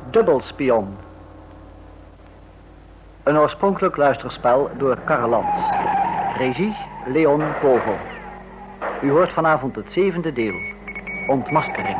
Dubbelspion. Een oorspronkelijk luisterspel door Karl Lans. Regie Leon Vogel. U hoort vanavond het 7e deel. Ontmaskering.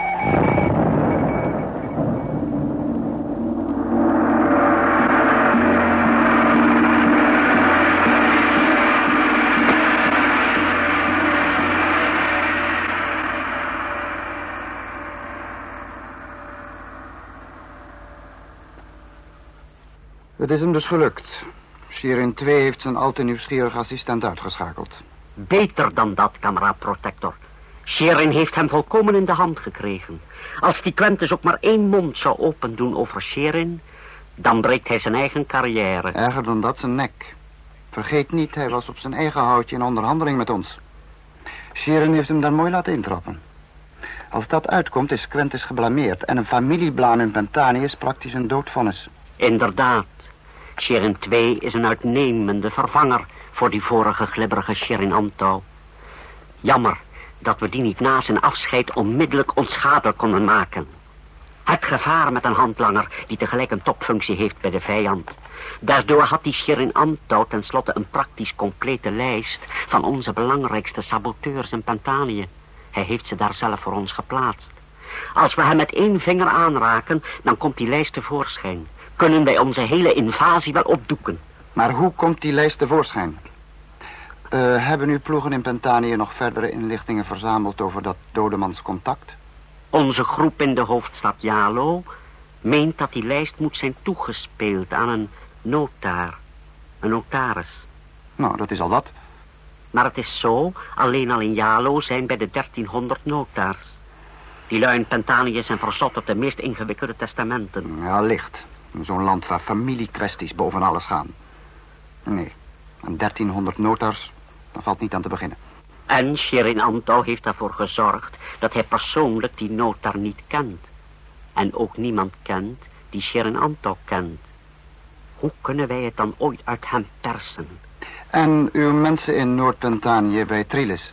Het is hem dus gelukt. Shirin 2 heeft zijn al te nieuwsgierige assistent uitgeschakeld. Beter dan dat, kameraad Protector. Shirin heeft hem volkomen in de hand gekregen. Als die Quentus ook maar 1 mond zou opendoen over Shirin, dan breekt hij zijn eigen carrière. Erger dan dat, zijn nek. Vergeet niet, hij was op zijn eigen houtje in onderhandeling met ons. Shirin heeft hem daar mooi laten intrappen. Als dat uitkomt, is Quentus geblameerd. En een familieblaam in Pentanië is praktisch een doodvonnis. Inderdaad. Shirin 2 is een uitnemende vervanger voor die vorige glibberige Shirin Antou. Jammer dat we die niet na zijn afscheid onmiddellijk onschadelijk konden maken. Het gevaar met een handlanger die tegelijk een topfunctie heeft bij de vijand. Daardoor had die Shirin Antou tenslotte een praktisch complete lijst van onze belangrijkste saboteurs in Pentanië. Hij heeft ze daar zelf voor ons geplaatst. Als we hem met 1 vinger aanraken, dan komt die lijst tevoorschijn. Kunnen wij onze hele invasie wel opdoeken. Maar hoe komt die lijst tevoorschijn? Hebben uw ploegen in Pentanië nog verdere inlichtingen verzameld over dat dodemanscontact? Onze groep in de hoofdstad Jalo meent dat die lijst moet zijn toegespeeld aan een notaar. Een notaris. Nou, dat is al wat. Maar het is zo, alleen al in Jalo zijn bij de 1300 notaars. Die lui in Pentanië zijn verzot op de meest ingewikkelde testamenten. Ja, licht. Zo'n land waar familiekwesties boven alles gaan. Nee, aan 1300 notars, daar valt niet aan te beginnen. En Shirin Antou heeft ervoor gezorgd dat hij persoonlijk die notar niet kent. En ook niemand kent die Shirin Antou kent. Hoe kunnen wij het dan ooit uit hem persen? En uw mensen in Noord-Pentanië bij Trilis?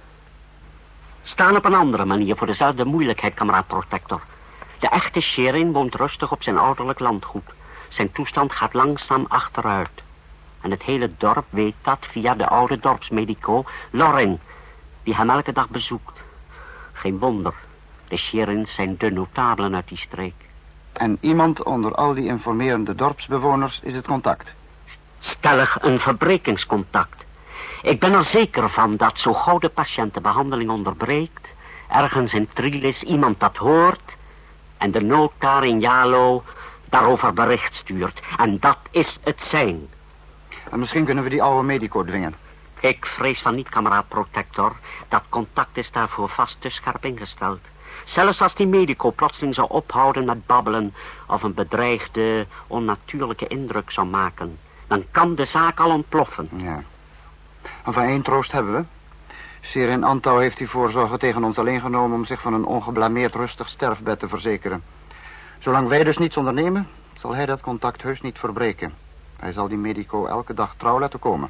Staan op een andere manier voor dezelfde moeilijkheid, kameraad Protector. De echte Shirin woont rustig op zijn ouderlijk landgoed. Zijn toestand gaat langzaam achteruit. En het hele dorp weet dat via de oude dorpsmedico Loring, die hem elke dag bezoekt. Geen wonder, de Shirins zijn de notabelen uit die streek. En iemand onder al die informerende dorpsbewoners is het contact? Stellig een verbrekingscontact. Ik ben er zeker van dat zo gauw de patiënt de behandeling onderbreekt, ergens in Trilis iemand dat hoort en de notaar in Jalo daarover bericht stuurt. En dat is het zijn. En misschien kunnen we die oude medico dwingen. Ik vrees van niet, kameraad Protector. Dat contact is daarvoor vast te scherp ingesteld. Zelfs als die medico plotseling zou ophouden met babbelen of een bedreigde, onnatuurlijke indruk zou maken, dan kan de zaak al ontploffen. Ja. En van 1 troost hebben we. Shirin Antou heeft die voorzorgen tegen ons alleen genomen om zich van een ongeblameerd rustig sterfbed te verzekeren. Zolang wij dus niets ondernemen, zal hij dat contact heus niet verbreken. Hij zal die medico elke dag trouw laten komen.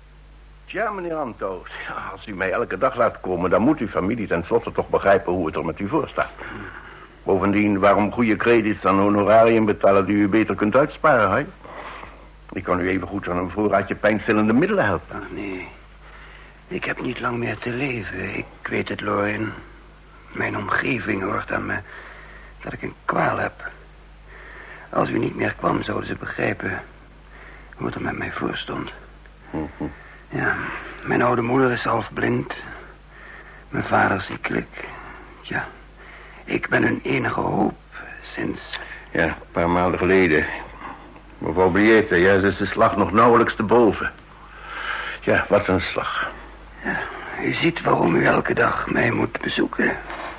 Tja, meneer Antou, als u mij elke dag laat komen, dan moet uw familie tenslotte toch begrijpen hoe het er met u voor staat. Bovendien, waarom goede credits dan honorarium betalen die u beter kunt uitsparen, hè? Ik kan u even goed aan een voorraadje pijnstillende middelen helpen. Ach, nee. Ik heb niet lang meer te leven. Ik weet het, Lorin. Mijn omgeving hoort aan me dat ik een kwaal heb. Als u niet meer kwam, zouden ze begrijpen hoe het er met mij voor stond. Ja, mijn oude moeder is half blind. Mijn vader ziekelijk. Ja, ik ben hun enige hoop sinds... Ja, een paar maanden geleden. Mevrouw Briette, ja, ze is de slag nog nauwelijks te boven. Ja, wat een slag. Ja, u ziet waarom u elke dag mij moet bezoeken.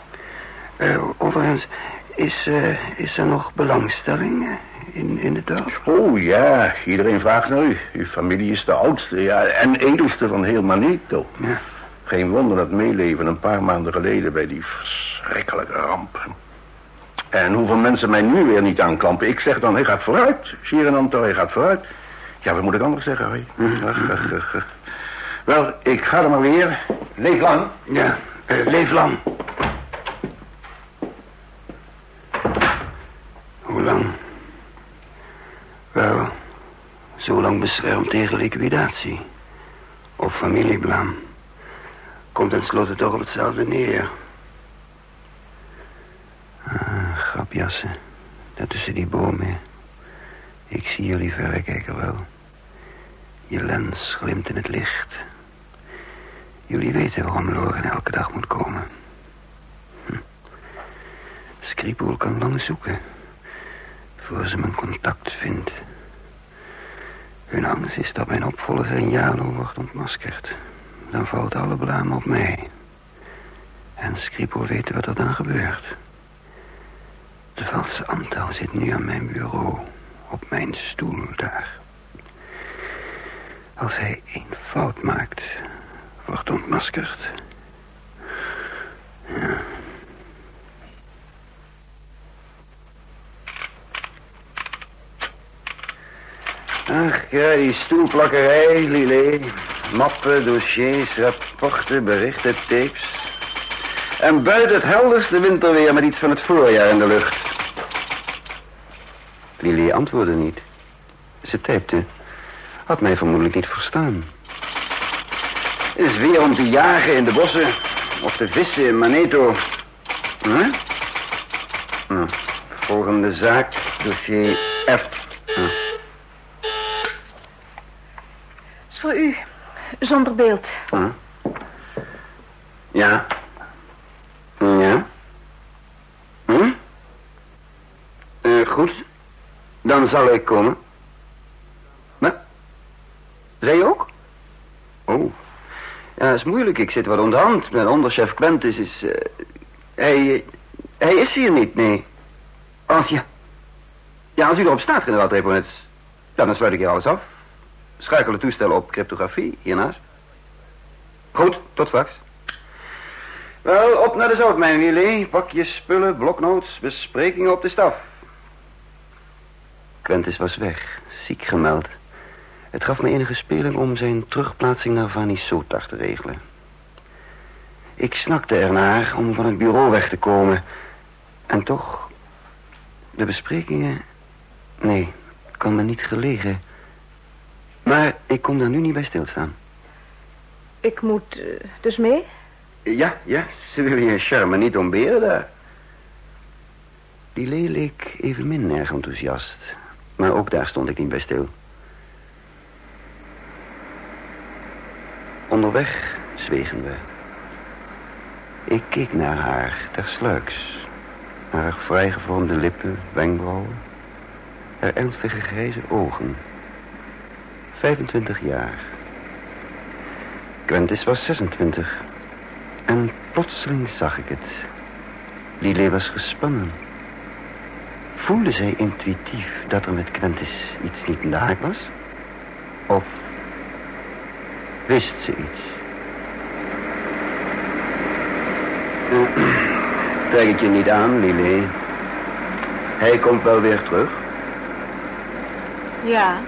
Overigens, is er nog belangstelling in het dorp? Oh ja, iedereen vraagt naar u. Uw familie is de oudste, ja, en edelste van heel Maneto. Ja. Geen wonder dat meeleven een paar maanden geleden bij die verschrikkelijke ramp. En hoeveel mensen mij nu weer niet aanklampen. Ik zeg dan, hij gaat vooruit. Shirin Antou, hij gaat vooruit. Ja, wat moet ik anders zeggen, hé? Wel, ik ga er maar weer. Leef lang. Ja, leef lang. Hoe lang? lang beschermd tegen liquidatie. Of familieblaam. Komt tenslotte toch op hetzelfde neer. Grapjassen. Daar tussen die bomen. Ik zie jullie verrekijker wel. Je lens glimt in het licht. Jullie weten waarom Loren elke dag moet komen. Skripal kan lang zoeken voor ze mijn contact vindt. Hun angst is dat mijn opvolger in Jalo wordt ontmaskerd. Dan valt alle blaam op mij. En Skripal weet wat er dan gebeurt. De valse Antau zit nu aan mijn bureau. Op mijn stoel daar. Als hij één fout maakt, wordt ontmaskerd. Ja. Ach ja, die stoelplakkerij, Lilé. Mappen, dossiers, rapporten, berichten, tapes. En buiten het helderste winterweer met iets van het voorjaar in de lucht. Lilé antwoordde niet. Ze typte. Had mij vermoedelijk niet verstaan. Is weer om te jagen in de bossen. Of te vissen in Maneto. Volgende zaak, dossier F. Is voor u, zonder beeld. Ja. Ja. Goed. Dan zal ik komen. Wat? Zij je ook? Oh. Ja, dat is moeilijk. Ik zit wat onderhand. Mijn onderchef Quentis is... Hij is hier niet, nee. Als u erop staat, generaal Treponets, dan sluit ik hier alles af. Schuikel het toestel op cryptografie, hiernaast. Goed, tot straks. Wel, op naar de zoutmijn, Lilé. Pak je spullen, bloknotes, besprekingen op de staf. Quentis was weg, ziek gemeld. Het gaf me enige speling om zijn terugplaatsing naar Vani Sotar te regelen. Ik snakte ernaar om van het bureau weg te komen. En toch, de besprekingen... Nee, kan me niet gelegen. Maar ik kon daar nu niet bij stilstaan. Ik moet dus mee? Ja, ze willen je charme niet ontberen daar. Die Lee leek evenmin erg enthousiast. Maar ook daar stond ik niet bij stil. Onderweg zwegen we. Ik keek naar haar tersluiks. Naar haar vrijgevormde lippen, wenkbrauwen. Haar ernstige grijze ogen. 25 jaar. Quentis was 26. En plotseling zag ik het. Lilé was gespannen. Voelde zij intuïtief dat er met Quentis iets niet in de haak was? Of wist ze iets? Trek het je niet aan, Lilé. Hij komt wel weer terug. Ja.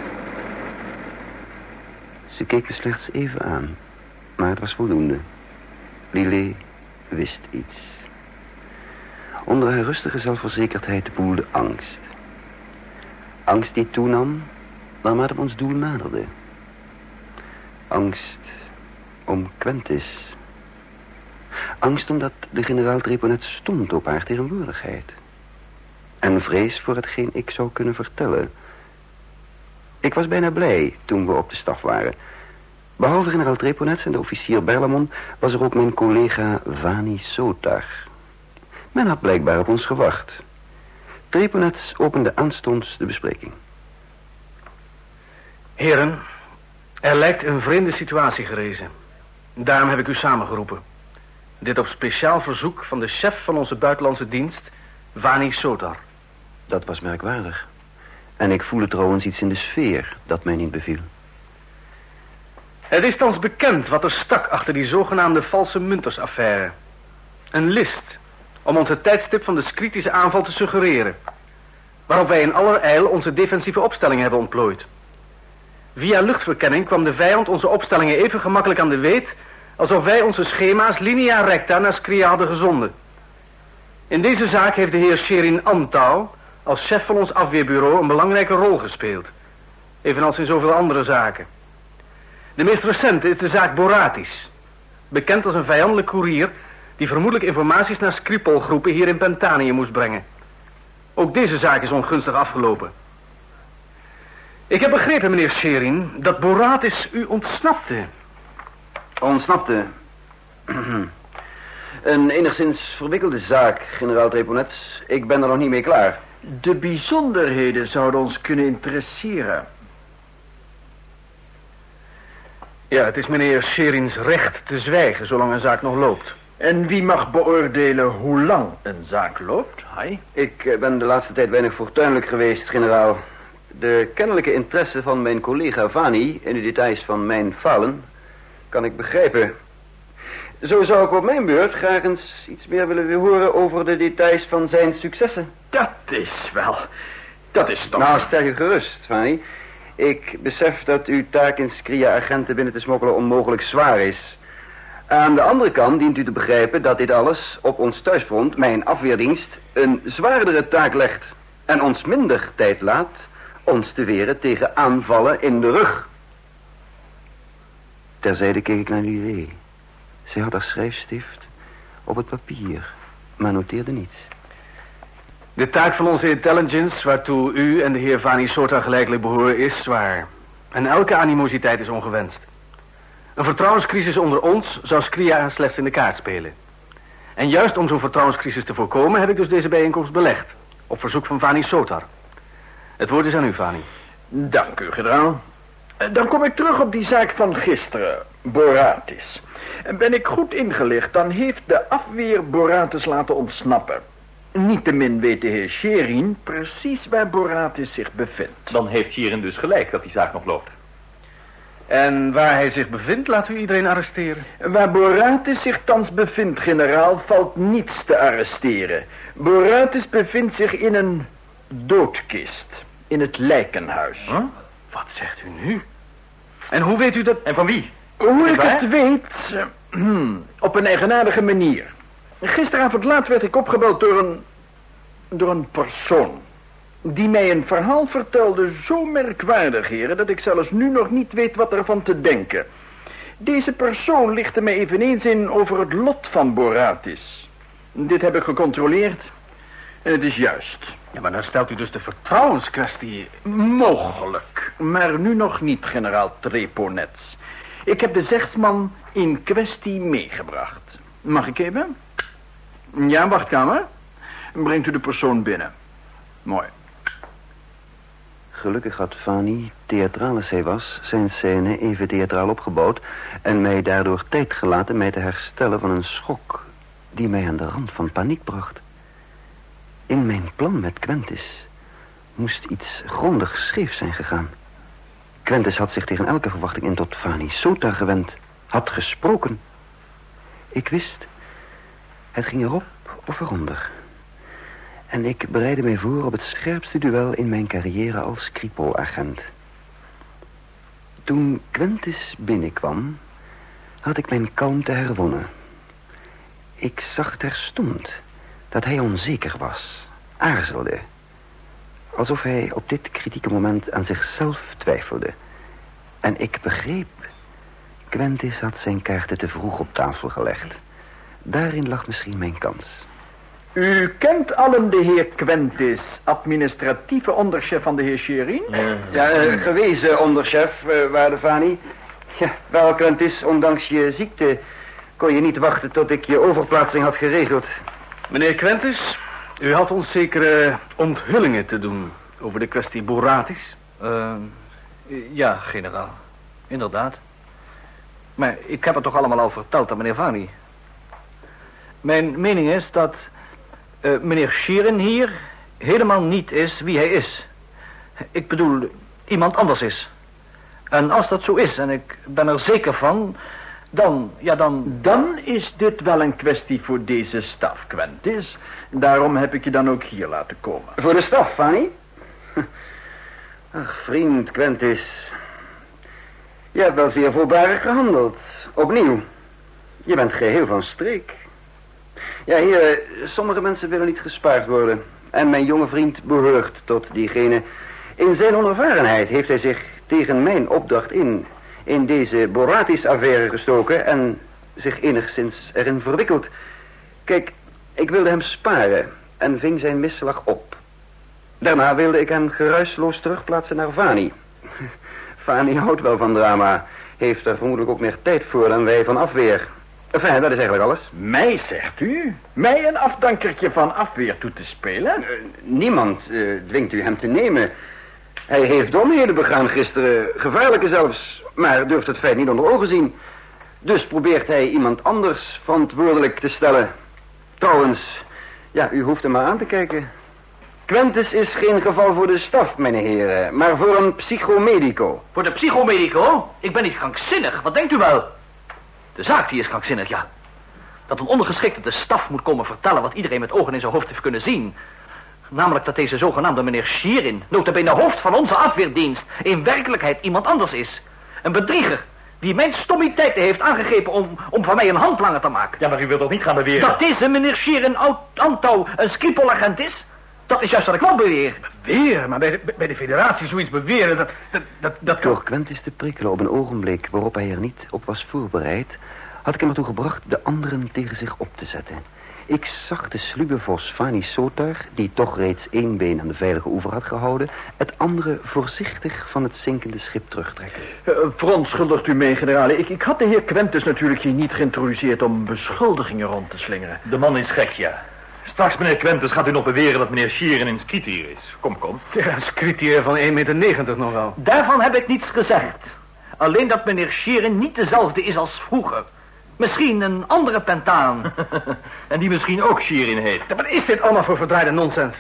Ze keek me slechts even aan. Maar het was voldoende. Lilé wist iets. Onder haar rustige zelfverzekerdheid woelde angst. Angst die toenam naarmate we ons doel naderde. Angst om Quentis. Angst omdat de generaal Treponet stond op haar tegenwoordigheid. En vrees voor hetgeen ik zou kunnen vertellen. Ik was bijna blij toen we op de staf waren. Behalve generaal Treponets en de officier Berlamon was er ook mijn collega Vani Sotar. Men had blijkbaar op ons gewacht. Treponets opende aanstonds de bespreking. Heren, er lijkt een vreemde situatie gerezen. Daarom heb ik u samengeroepen. Dit op speciaal verzoek van de chef van onze buitenlandse dienst, Vani Sotar. Dat was merkwaardig. En ik voelde trouwens iets in de sfeer dat mij niet beviel. Het is thans bekend wat er stak achter die zogenaamde valse muntersaffaire. Een list om ons het tijdstip van de kritische aanval te suggereren. Waarop wij in allerijl onze defensieve opstellingen hebben ontplooid. Via luchtverkenning kwam de vijand onze opstellingen even gemakkelijk aan de weet alsof wij onze schema's linea recta naar Skria hadden gezonden. In deze zaak heeft de heer Sherin Antau als chef van ons afweerbureau een belangrijke rol gespeeld. Evenals in zoveel andere zaken. De meest recente is de zaak Boratis. Bekend als een vijandelijk koerier die vermoedelijk informaties naar Skripal-groepen hier in Pentanië moest brengen. Ook deze zaak is ongunstig afgelopen. Ik heb begrepen, meneer Sherin, dat Boratis u ontsnapte. Ontsnapte? Een enigszins verwikkelde zaak, generaal Treponets. Ik ben er nog niet mee klaar. De bijzonderheden zouden ons kunnen interesseren. Ja, het is meneer Sherins recht te zwijgen zolang een zaak nog loopt. En wie mag beoordelen hoe lang een zaak loopt? Hai? Ik ben de laatste tijd weinig fortuinlijk geweest, generaal. De kennelijke interesse van mijn collega Vani in de details van mijn falen kan ik begrijpen. Zo zou ik op mijn beurt graag eens iets meer willen horen over de details van zijn successen. Dat is toch... Nou, stel je gerust, Vani. Ik besef dat uw taak in Skria-agenten binnen te smokkelen onmogelijk zwaar is. Aan de andere kant dient u te begrijpen dat dit alles op ons thuisfront, mijn afweerdienst, een zwaardere taak legt en ons minder tijd laat ons te weren tegen aanvallen in de rug. Terzijde keek ik naar Lirée. Zij had haar schrijfstift op het papier, maar noteerde niets. De taak van onze intelligence, waartoe u en de heer Vani Sota gelijkelijk behoren, is zwaar. En elke animositeit is ongewenst. Een vertrouwenscrisis onder ons zou Skria slechts in de kaart spelen. En juist om zo'n vertrouwenscrisis te voorkomen heb ik dus deze bijeenkomst belegd. Op verzoek van Vani Sotar. Het woord is aan u, Vani. Dank u, generaal. Dan kom ik terug op die zaak van gisteren, Boratis. En ben ik goed ingelicht, dan heeft de afweer Boratis laten ontsnappen. Niettemin weet de heer Sherin precies waar Boratis zich bevindt. Dan heeft Sherin dus gelijk dat die zaak nog loopt. En waar hij zich bevindt, laat u iedereen arresteren. Waar Boratis zich thans bevindt, generaal, valt niets te arresteren. Boratis bevindt zich in een doodkist, in het lijkenhuis. Huh? Wat zegt u nu? En hoe weet u dat? En van wie? Hoe ik het weet, op een eigenaardige manier. Gisteravond laat werd ik opgebeld door een persoon die mij een verhaal vertelde zo merkwaardig, heren, dat ik zelfs nu nog niet weet wat ervan te denken. Deze persoon lichtte mij eveneens in over het lot van Boratis. Dit heb ik gecontroleerd en het is juist. Ja, maar dan stelt u dus de vertrouwenskwestie. Mogelijk, maar nu nog niet, generaal Treponets. Ik heb de zegsman in kwestie meegebracht. Mag ik even? Ja, wachtkamer. Brengt u de persoon binnen. Mooi. Gelukkig had Vani, theatraal als hij was, zijn scène even theatraal opgebouwd en mij daardoor tijd gelaten mij te herstellen van een schok die mij aan de rand van paniek bracht. In mijn plan met Quentis moest iets grondig scheef zijn gegaan. Quentis had zich tegen elke verwachting in tot Vani Sota gewend, had gesproken. Ik wist, het ging erop of eronder. En ik bereidde mij voor op het scherpste duel in mijn carrière als Skripal-agent. Toen Quentis binnenkwam, had ik mijn kalmte herwonnen. Ik zag terstond dat hij onzeker was, aarzelde. Alsof hij op dit kritieke moment aan zichzelf twijfelde. En ik begreep, Quentis had zijn kaarten te vroeg op tafel gelegd. Daarin lag misschien mijn kans. U kent allen de heer Quentis, administratieve onderchef van de heer Sherin? Gewezen onderchef, waarde Vani. Ja, wel, Quentis, ondanks je ziekte kon je niet wachten tot ik je overplaatsing had geregeld. Meneer Quentis, u had ons zekere onthullingen te doen over de kwestie Boratis. Ja, generaal. Inderdaad. Maar ik heb het toch allemaal al verteld aan meneer Vani. Mijn mening is dat meneer Sherin hier helemaal niet is wie hij is. Ik bedoel, iemand anders is. En als dat zo is, en ik ben er zeker van, dan... Dan is dit wel een kwestie voor deze staf, Quentis. Daarom heb ik je dan ook hier laten komen. Voor de staf, Fanny? Ach, vriend Quentis. Je hebt wel zeer voorbarig gehandeld. Opnieuw. Je bent geheel van streek. Ja, hier, sommige mensen willen niet gespaard worden. En mijn jonge vriend behoort tot diegene. In zijn onervarenheid heeft hij zich tegen mijn opdracht in deze Boratis-affaire gestoken en zich enigszins erin verwikkeld. Kijk, ik wilde hem sparen en ving zijn misslag op. Daarna wilde ik hem geruisloos terugplaatsen naar Vani. Vani houdt wel van drama, heeft er vermoedelijk ook meer tijd voor dan wij van afweer. Enfin, dat is eigenlijk alles. Mij, zegt u? Mij een afdankertje van afweer toe te spelen? Niemand dwingt u hem te nemen. Hij heeft domheden begaan gisteren, gevaarlijke zelfs, maar durft het feit niet onder ogen zien. Dus probeert hij iemand anders verantwoordelijk te stellen. Trouwens, ja, u hoeft hem maar aan te kijken. Quentis is geen geval voor de staf, mijn heren, maar voor een psychomedico. Voor de psychomedico? Ik ben niet krankzinnig, wat denkt u wel? De zaak die is krankzinnig, ja. Dat een ondergeschikte de staf moet komen vertellen wat iedereen met ogen in zijn hoofd heeft kunnen zien. Namelijk dat deze zogenaamde meneer Schierin, nota bene hoofd van onze afweerdienst, in werkelijkheid iemand anders is. Een bedrieger, die mijn stommiteiten heeft aangegrepen om van mij een handlanger te maken. Ja, maar u wilt toch niet gaan beweren... Dat deze meneer Schierin Antau een Schiphol-agent is? Dat is juist wat ik wel beweer. Beweren? Maar bij de federatie zoiets beweren, dat... Door Quentis te prikkelen op een ogenblik waarop hij er niet op was voorbereid, had ik hem ertoe gebracht de anderen tegen zich op te zetten. Ik zag de sluwe vos Vani Sotar, die toch reeds één been aan de veilige oever had gehouden, het andere voorzichtig van het zinkende schip terugtrekken. Verontschuldigt u mee, generaal. Ik had de heer Quentis natuurlijk hier niet geïntroduceerd om beschuldigingen rond te slingeren. De man is gek, ja. Straks, meneer Quentis, gaat u nog beweren dat meneer Schierin een scritier is. Kom. Ja, een scritier van 1,90 meter nog wel. Daarvan heb ik niets gezegd. Alleen dat meneer Schierin niet dezelfde is als vroeger. Misschien een andere pentaan. En die misschien ook Schierin heet. Ja, wat is dit allemaal voor verdraaide nonsens?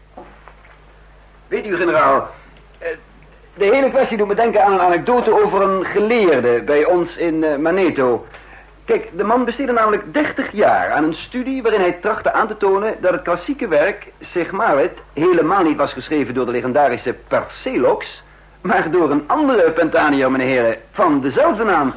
Weet u, generaal, de hele kwestie doet me denken aan een anekdote over een geleerde bij ons in Maneto. Kijk, de man besteedde namelijk 30 jaar aan een studie waarin hij trachtte aan te tonen dat het klassieke werk Sigmaret helemaal niet was geschreven door de legendarische Perselox, maar door een andere Pentanier, meneer heren, van dezelfde naam.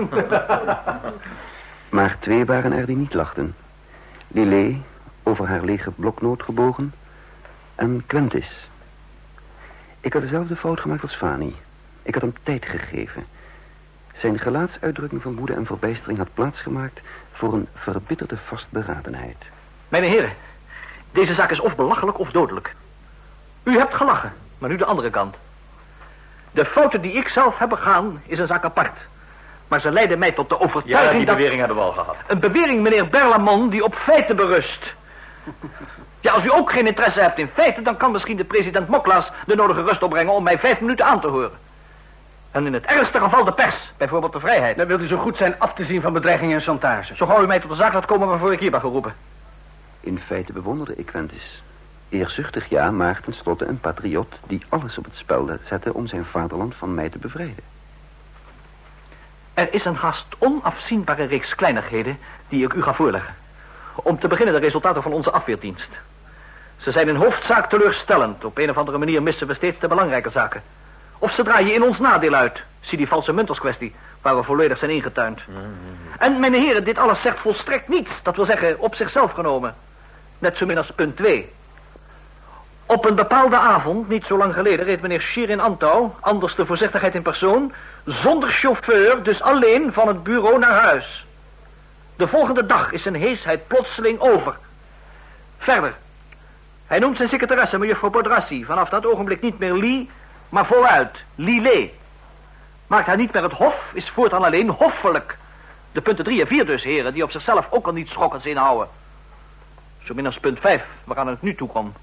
Maar twee waren er die niet lachten. Lillet, over haar lege bloknoot gebogen, en Quentis. Ik had dezelfde fout gemaakt als Vani. Ik had hem tijd gegeven. Zijn gelaatsuitdrukking van woede en verbijstering had plaatsgemaakt voor een verbitterde vastberadenheid. Mijn heren, deze zaak is of belachelijk of dodelijk. U hebt gelachen, maar nu de andere kant. De fouten die ik zelf heb begaan is een zaak apart. Maar ze leiden mij tot de overtuiging die bewering hebben we al gehad. Een bewering, meneer Berlamont, die op feiten berust. Ja, als u ook geen interesse hebt in feiten, dan kan misschien de president Moklas de nodige rust opbrengen om mij 5 minuten aan te horen. En in het ergste geval de pers, bijvoorbeeld de vrijheid. Dan wilt u zo goed zijn af te zien van bedreiging en chantage. Zo gauw u mij tot de zaak laat komen waarvoor ik hier ben geroepen. In feite bewonderde ik Quentis. Eerzuchtig ja, maar tenslotte een patriot die alles op het spel zette om zijn vaderland van mij te bevrijden. Er is een haast onafzienbare reeks kleinigheden die ik u ga voorleggen. Om te beginnen de resultaten van onze afweerdienst. Ze zijn in hoofdzaak teleurstellend. Op een of andere manier missen we steeds de belangrijke zaken. Of ze draaien in ons nadeel uit. Zie die valse munterskwestie, waar we volledig zijn ingetuind. En, mijn heren, dit alles zegt volstrekt niets. Dat wil zeggen, op zichzelf genomen. Net zo min als punt 2. Op een bepaalde avond, niet zo lang geleden, reed meneer Schierin Antau, anders de voorzichtigheid in persoon, zonder chauffeur, dus alleen van het bureau naar huis. De volgende dag is zijn heesheid plotseling over. Verder. Hij noemt zijn secretaresse, mejuffrouw Bodrassi, vanaf dat ogenblik niet meer Lie, maar voluit, Lillet. Maakt hij niet meer het hof, is voortaan alleen hoffelijk. De punten 3 en 4 dus, heren, die op zichzelf ook al niet schokkends inhouden. Zo min als punt 5, waaraan het nu toe komt.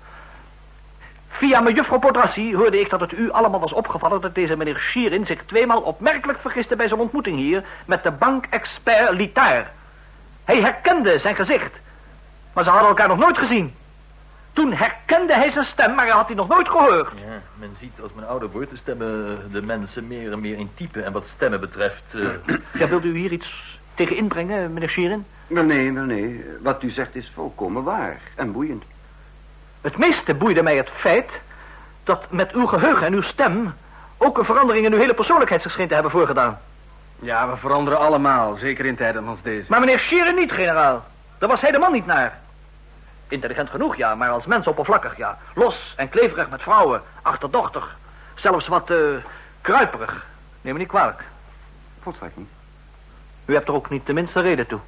Via mejuffrouw Bodrassi hoorde ik dat het u allemaal was opgevallen dat deze meneer Schierin zich 2 maal opmerkelijk vergiste bij zijn ontmoeting hier met de bankexpert Litard. Hij herkende zijn gezicht, maar ze hadden elkaar nog nooit gezien. Toen herkende hij zijn stem, maar hij had die nog nooit gehoord. Ja, men ziet als men ouder wordt, stemmen de mensen meer en meer in type. En wat stemmen betreft... Ja, wilt u hier iets tegen inbrengen, meneer Schierin? Wel nee. Wat u zegt is volkomen waar en boeiend. Het meeste boeide mij het feit dat met uw geheugen en uw stem ook een verandering in uw hele persoonlijkheid zich scheen te hebben voorgedaan. Ja, we veranderen allemaal, zeker in tijden als deze. Maar meneer Schierin niet, generaal. Daar was hij de man niet naar. Intelligent genoeg, ja, maar als mens oppervlakkig, ja. Los en kleverig met vrouwen, achterdochtig. Zelfs wat kruiperig. Neem me niet kwalijk. Volstrekt niet. U hebt er ook niet de minste reden toe.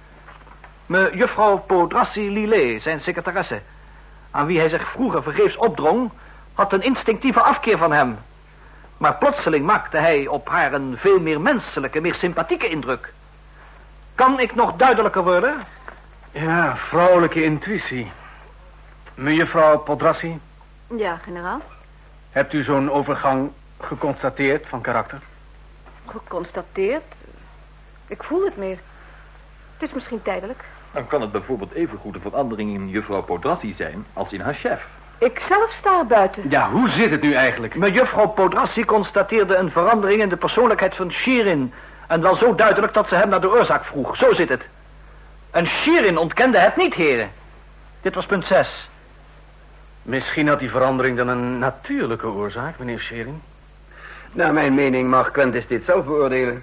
Juffrouw Podrassi-Lillet, zijn secretaresse, aan wie hij zich vroeger vergeefs opdrong, had een instinctieve afkeer van hem. Maar plotseling maakte hij op haar een veel meer menselijke, meer sympathieke indruk. Kan ik nog duidelijker worden? Ja, vrouwelijke intuïtie. Mejuffrouw Podrassi, Ja, generaal. hebt u zo'n overgang geconstateerd van karakter? Geconstateerd. Ik voel het meer. Het is misschien tijdelijk. Dan kan het bijvoorbeeld evengoed een verandering in juffrouw Podrassi zijn als in haar chef. Ik zelf sta er buiten. Ja, hoe zit het nu eigenlijk? Mejuffrouw Podrassi constateerde een verandering in de persoonlijkheid van Shirin. En wel zo duidelijk dat ze hem naar de oorzaak vroeg. Zo zit het. En Shirin ontkende het niet, heren. Dit was punt 6. Misschien had die verandering dan een natuurlijke oorzaak, meneer Schering. Naar mijn mening mag Quentis dit zelf beoordelen.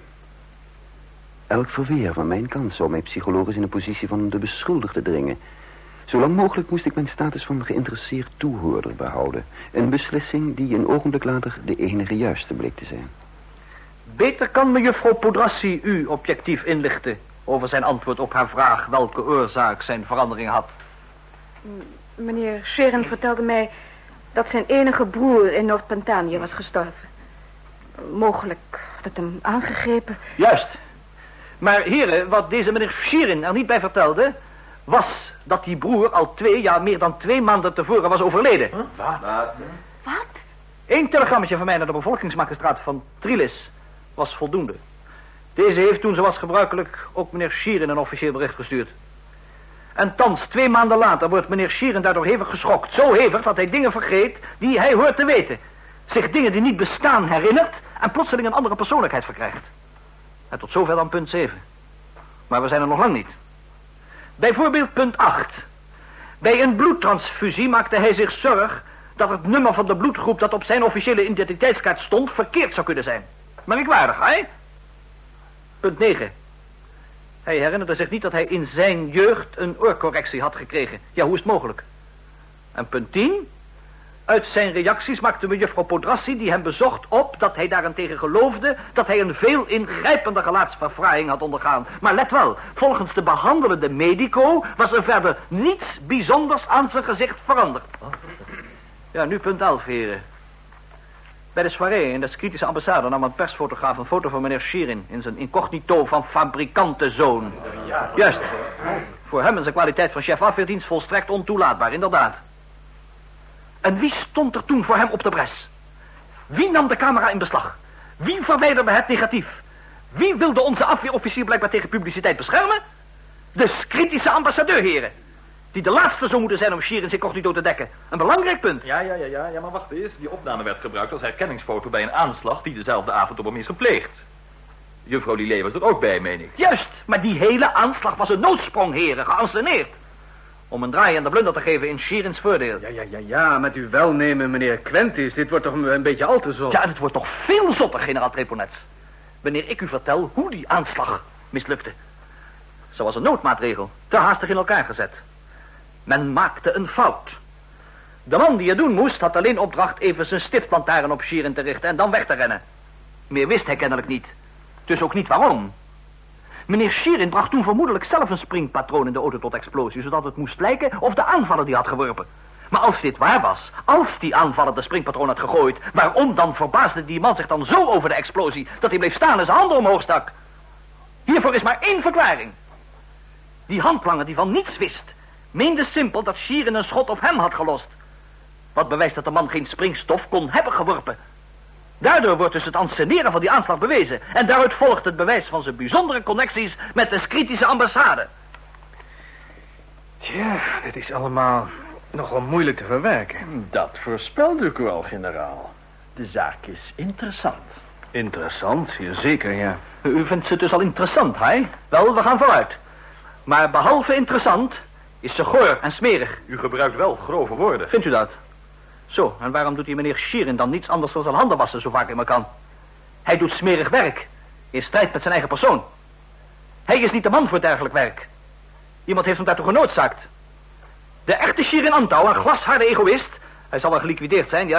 Elk verweer van mijn kant zou mij psychologisch in de positie van de beschuldigde dringen. Zolang mogelijk moest ik mijn status van geïnteresseerd toehoorder behouden. Een beslissing die een ogenblik later de enige juiste bleek te zijn. Beter kan mejuffrouw Podrassi u objectief inlichten over zijn antwoord op haar vraag welke oorzaak zijn verandering had. Meneer Scheren vertelde mij dat zijn enige broer in Noord-Pentanië was gestorven. Mogelijk had het hem aangegrepen. Juist. Maar heren, wat deze meneer Shirin er niet bij vertelde, was dat die broer al meer dan 2 maanden tevoren was overleden. Wat? Wat? 1 telegrammetje van mij naar de bevolkingsmagistraat van Trilis was voldoende. Deze heeft toen zoals gebruikelijk ook meneer Shirin een officieel bericht gestuurd. En thans, 2 maanden later, wordt meneer Shirin daardoor hevig geschokt. Zo hevig dat hij dingen vergeet die hij hoort te weten. Zich dingen die niet bestaan herinnert en plotseling een andere persoonlijkheid verkrijgt. En tot zover dan punt 7. Maar we zijn er nog lang niet. Bijvoorbeeld punt 8. Bij een bloedtransfusie maakte hij zich zorg dat het nummer van de bloedgroep dat op zijn officiële identiteitskaart stond verkeerd zou kunnen zijn. Merkwaardig, hè? Punt 9. Hij herinnerde zich niet dat hij in zijn jeugd een oorcorrectie had gekregen. Ja, hoe is het mogelijk? En punt 10. Uit zijn reacties maakte mejuffrouw Podrassi, die hem bezocht, op dat hij daarentegen geloofde dat hij een veel ingrijpende gelaatsverfraaiing had ondergaan. Maar let wel, volgens de behandelende medico was er verder niets bijzonders aan zijn gezicht veranderd. Ja, nu punt 11, heren. Bij de soirée in de kritische ambassade nam een persfotograaf een foto van meneer Shirin in zijn incognito van fabrikantenzoon. Juist. Voor hem in zijn kwaliteit van chef afweerdienst volstrekt ontoelaatbaar, inderdaad. En wie stond er toen voor hem op de bres? Wie nam de camera in beslag? Wie verwijderde het negatief? Wie wilde onze afweerofficier blijkbaar tegen publiciteit beschermen? De kritische ambassadeur, heren. Die de laatste zou moeten zijn om Shirin's incognito te dekken. Een belangrijk punt. Ja, maar wacht eens. Die opname werd gebruikt als herkenningsfoto bij een aanslag die dezelfde avond op hem is gepleegd. Juffrouw Lillet was er ook bij, meen ik. Juist, maar die hele aanslag was een noodsprong, heren, geanceneerd. Om een draai aan de blunder te geven in Shirin's voordeel. Ja, met uw welnemen, meneer Quentis. Dit wordt toch een beetje al te zot. Ja, en het wordt toch veel zotter, generaal Treponets. Wanneer ik u vertel hoe die aanslag mislukte. Zo was een noodmaatregel, te haastig in elkaar gezet. Men maakte een fout. De man die het doen moest, had alleen opdracht even zijn stiftlantaarn op Shirin te richten en dan weg te rennen. Meer wist hij kennelijk niet. Dus ook niet waarom. Meneer Shirin bracht toen vermoedelijk zelf een springpatroon in de auto tot explosie, zodat het moest lijken of de aanvaller die had geworpen. Maar als dit waar was, als die aanvaller de springpatroon had gegooid, waarom dan verbaasde die man zich dan zo over de explosie, dat hij bleef staan en zijn handen omhoog stak? Hiervoor is maar 1 verklaring. Die handlanger die van niets wist, meende simpel dat Shirin een schot op hem had gelost. Wat bewijst dat de man geen springstof kon hebben geworpen. Daardoor wordt dus het anseneren van die aanslag bewezen. En daaruit volgt het bewijs van zijn bijzondere connecties met de kritische ambassade. Tja, dit is allemaal nogal moeilijk te verwerken. Dat voorspelde ik u al, generaal. De zaak is interessant. Interessant, zeker, ja. U vindt ze dus al interessant, hè? Wel, we gaan vooruit. Maar behalve interessant is ze goor en smerig. U gebruikt wel grove woorden. Vindt u dat? Zo, en waarom doet die meneer Shirin dan niets anders dan zijn handen wassen zo vaak hij maar kan? Hij doet smerig werk, in strijd met zijn eigen persoon. Hij is niet de man voor dergelijk werk. Iemand heeft hem daartoe genoodzaakt. De echte Shirin Antau, een glasharde egoïst, hij zal wel geliquideerd zijn, ja,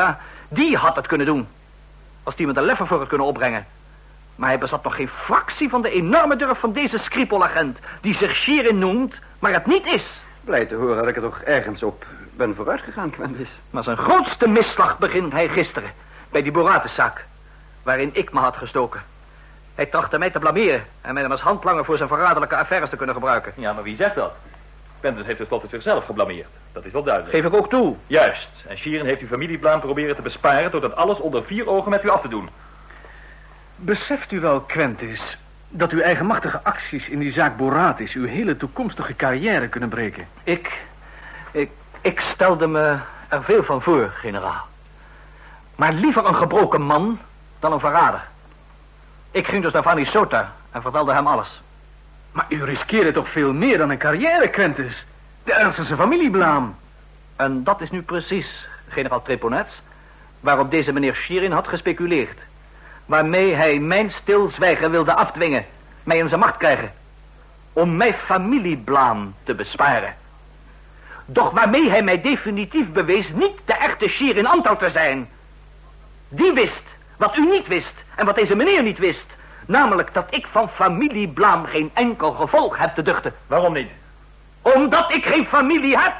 Die had het kunnen doen. Als die met een leffer voor het kunnen opbrengen. Maar hij bezat nog geen fractie van de enorme durf van deze Skripal-agent, die zich Shirin noemt, maar het niet is. Blij te horen dat ik er toch ergens op ben vooruitgegaan, Quentis. Maar zijn grootste misslag begint hij gisteren, bij die Borates-zaak, waarin ik me had gestoken. Hij trachtte mij te blameren en mij dan als handlanger voor zijn verraderlijke affaires te kunnen gebruiken. Ja, maar wie zegt dat? Quentis heeft tenslotte zichzelf geblameerd. Dat is wel duidelijk. Geef ik ook toe. Juist. En Shirin heeft uw familieplan proberen te besparen door dat alles onder 4 ogen met u af te doen. Beseft u wel, Quentis, dat uw eigenmachtige acties in die zaak Borates uw hele toekomstige carrière kunnen breken? Ik stelde me er veel van voor, generaal. Maar liever een gebroken man dan een verrader. Ik ging dus naar Vanni Sota en vertelde hem alles. Maar u riskeerde toch veel meer dan een carrière, Quentis? De ernstigste familieblaam. En dat is nu precies, generaal Treponets, waarop deze meneer Shirin had gespeculeerd. Waarmee hij mijn stilzwijgen wilde afdwingen, mij in zijn macht krijgen. Om mijn familieblaam te besparen. Doch waarmee hij mij definitief bewees niet de echte Shirin Antou te zijn. Die wist wat u niet wist en wat deze meneer niet wist. Namelijk dat ik van familieblaam geen enkel gevolg heb te duchten. Waarom niet? Omdat ik geen familie heb.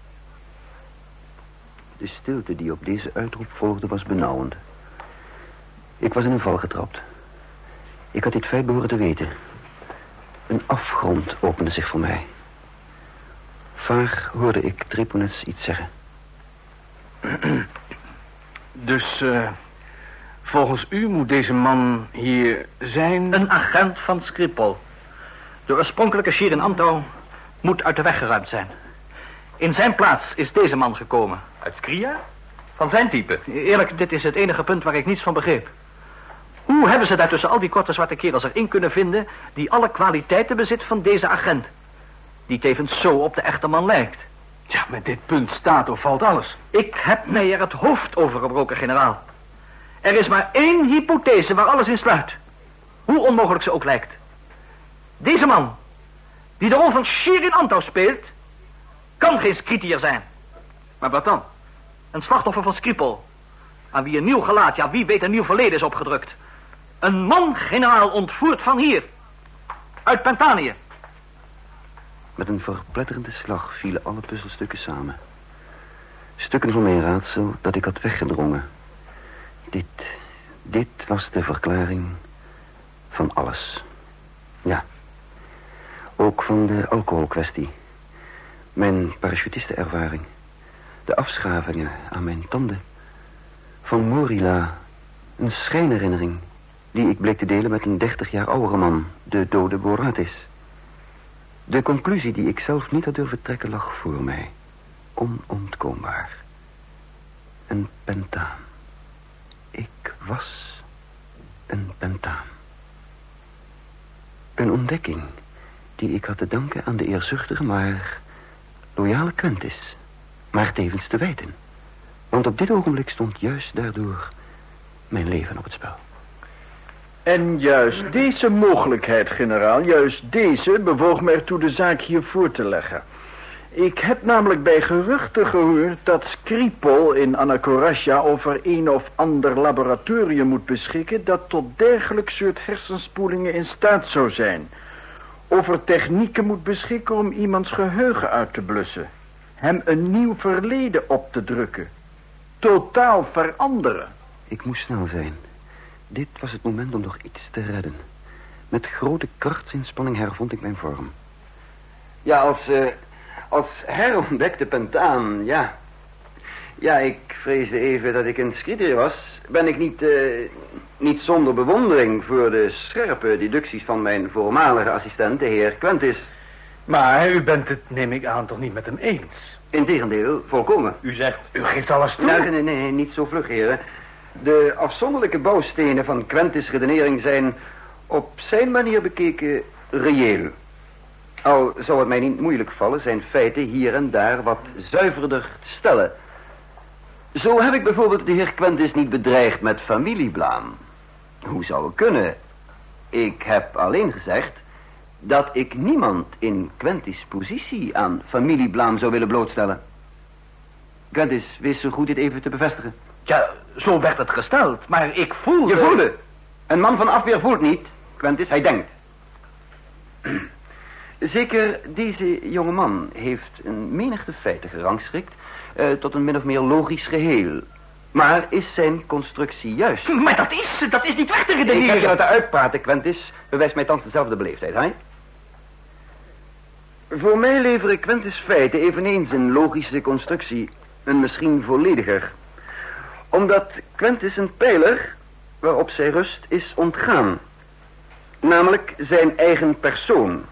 De stilte die op deze uitroep volgde was benauwend. Ik was in een val getrapt. Ik had dit feit behoren te weten. Een afgrond opende zich voor mij. Vaag hoorde ik Treponets iets zeggen. Dus, volgens u moet deze man hier zijn... Een agent van Skripal. De oorspronkelijke Shirin Antou moet uit de weg geruimd zijn. In zijn plaats is deze man gekomen. Uit Skria? Van zijn type? Eerlijk, dit is het enige punt waar ik niets van begreep. Hoe hebben ze daar tussen al die korte zwarte kerels erin kunnen vinden die alle kwaliteiten bezit van deze agent? Die tevens zo op de echte man lijkt. Ja, met dit punt staat of valt alles. Ik heb mij er het hoofd over gebroken, generaal. Er is maar één hypothese waar alles in sluit. Hoe onmogelijk ze ook lijkt. Deze man, die de rol van Shirin Antou speelt, kan geen Skritiër zijn. Maar wat dan? Een slachtoffer van Skripal, aan wie een nieuw gelaat, ja wie weet een nieuw verleden is opgedrukt. Een man, generaal, ontvoerd van hier. Uit Pentanië. Met een verpletterende slag vielen alle puzzelstukken samen. Stukken van mijn raadsel dat ik had weggedrongen. Dit was de verklaring van alles. Ja. Ook van de alcoholkwestie. Mijn parachutistenervaring. De afschavingen aan mijn tanden. Van Morila. Een schijnherinnering die ik bleek te delen met een 30 jaar oudere man. De dode Borates. De conclusie die ik zelf niet had durven trekken lag voor mij. Onontkoombaar. Een pentaan. Ik was een pentaan. Een ontdekking die ik had te danken aan de eerzuchtige maar loyale Quentis. Maar tevens te wijten. Want op dit ogenblik stond juist daardoor mijn leven op het spel. En juist deze mogelijkheid, generaal, juist deze bewoog mij ertoe de zaak hier voor te leggen. Ik heb namelijk bij geruchten gehoord dat Skripal in Anacorasja over een of ander laboratorium moet beschikken dat tot dergelijk soort hersenspoelingen in staat zou zijn. Over technieken moet beschikken om iemands geheugen uit te blussen. Hem een nieuw verleden op te drukken. Totaal veranderen. Ik moest snel zijn. Dit was het moment om nog iets te redden. Met grote krachtsinspanning hervond ik mijn vorm. Ja, als herontdekte pentaan, ja. Ja, ik vreesde even dat ik een Skritiër was. Ben ik niet zonder bewondering voor de scherpe deducties van mijn voormalige assistent, de heer Quentis. Maar u bent het, neem ik aan, toch niet met hem eens? Integendeel, volkomen. U zegt... U geeft alles toe? Nee, niet zo vlug, heren. De afzonderlijke bouwstenen van Quentis' redenering zijn op zijn manier bekeken reëel. Al zou het mij niet moeilijk vallen zijn feiten hier en daar wat zuiverder te stellen. Zo heb ik bijvoorbeeld de heer Quentis niet bedreigd met familieblaam. Hoe zou het kunnen? Ik heb alleen gezegd dat ik niemand in Quentis' positie aan familieblaam zou willen blootstellen. Quentis, wees zo goed dit even te bevestigen. Ja, zo werd het gesteld, maar ik voelde... Je voelde. Een man van afweer voelt niet, Quentis, hij denkt. Zeker deze jonge man heeft een menigte feiten gerangschikt tot een min of meer logisch geheel. Maar is zijn constructie juist? Maar dat is niet weg te redeneren. Ik heb je laten uitpraten, Quentis. Bewijs mij thans dezelfde beleefdheid, hè? Voor mij leveren Quentis feiten eveneens een logische constructie, een misschien vollediger. Omdat Quentis een pijler waarop zij rust is ontgaan. Namelijk zijn eigen persoon.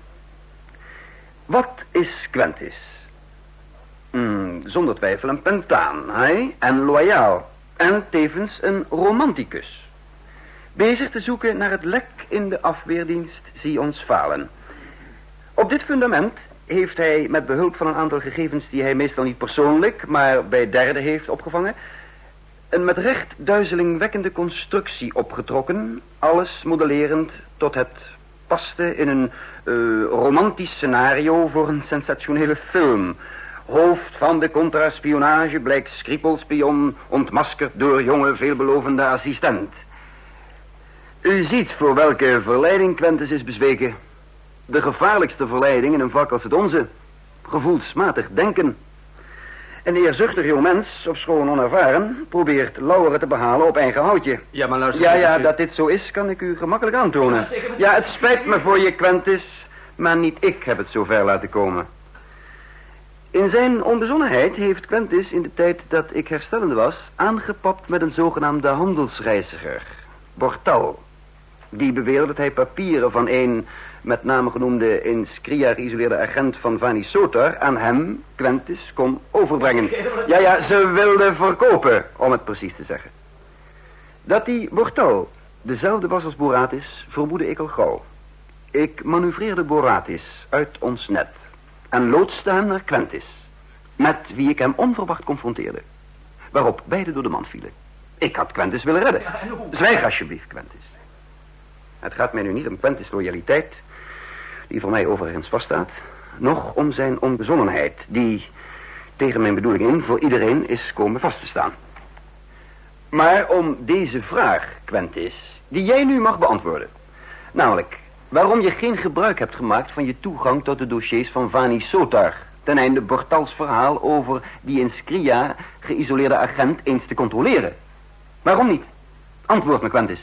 Wat is Quentis? Zonder twijfel een pentaan, en loyaal. En tevens een romanticus. Bezig te zoeken naar het lek in de afweerdienst, zie ons falen. Op dit fundament heeft hij met behulp van een aantal gegevens die hij meestal niet persoonlijk, maar bij derden heeft opgevangen, een met recht duizelingwekkende constructie opgetrokken, alles modellerend tot het paste in een romantisch scenario voor een sensationele film. Hoofd van de contraspionage blijkt Skripal-spion, ontmaskerd door jonge veelbelovende assistent. U ziet voor welke verleiding Quentis is bezweken. De gevaarlijkste verleiding in een vak als het onze. Gevoelsmatig denken. Een eerzuchtig jongmens, ofschoon onervaren, probeert lauweren te behalen op eigen houtje. Ja, maar luister... Ja, dat dit zo is, kan ik u gemakkelijk aantonen. Ja, het spijt me voor je, Quentis, maar niet ik heb het zo ver laten komen. In zijn onbezonnenheid heeft Quentis in de tijd dat ik herstellende was aangepapt met een zogenaamde handelsreiziger, Bortal. Die beweerde dat hij papieren van een met name genoemde in Skria geïsoleerde agent van Vani Sotar aan hem, Quentis, kon overbrengen. Ja, ze wilde verkopen, om het precies te zeggen. Dat die Bortal dezelfde was als Boratis, vermoedde ik al gauw. Ik manoeuvreerde Boratis uit ons net en loodste hem naar Quentis, met wie ik hem onverwacht confronteerde, waarop beide door de mand vielen. Ik had Quentis willen redden. Zwijg alsjeblieft, Quentis. Het gaat mij nu niet om Quentis' loyaliteit, die voor mij overigens vaststaat, noch om zijn onbezonnenheid, die tegen mijn bedoeling in voor iedereen is komen vast te staan. Maar om deze vraag, Quentis, die jij nu mag beantwoorden. Namelijk, waarom je geen gebruik hebt gemaakt van je toegang tot de dossiers van Vani Sotar, ten einde Bortals verhaal over die in Skria geïsoleerde agent eens te controleren. Waarom niet? Antwoord me, Quentis.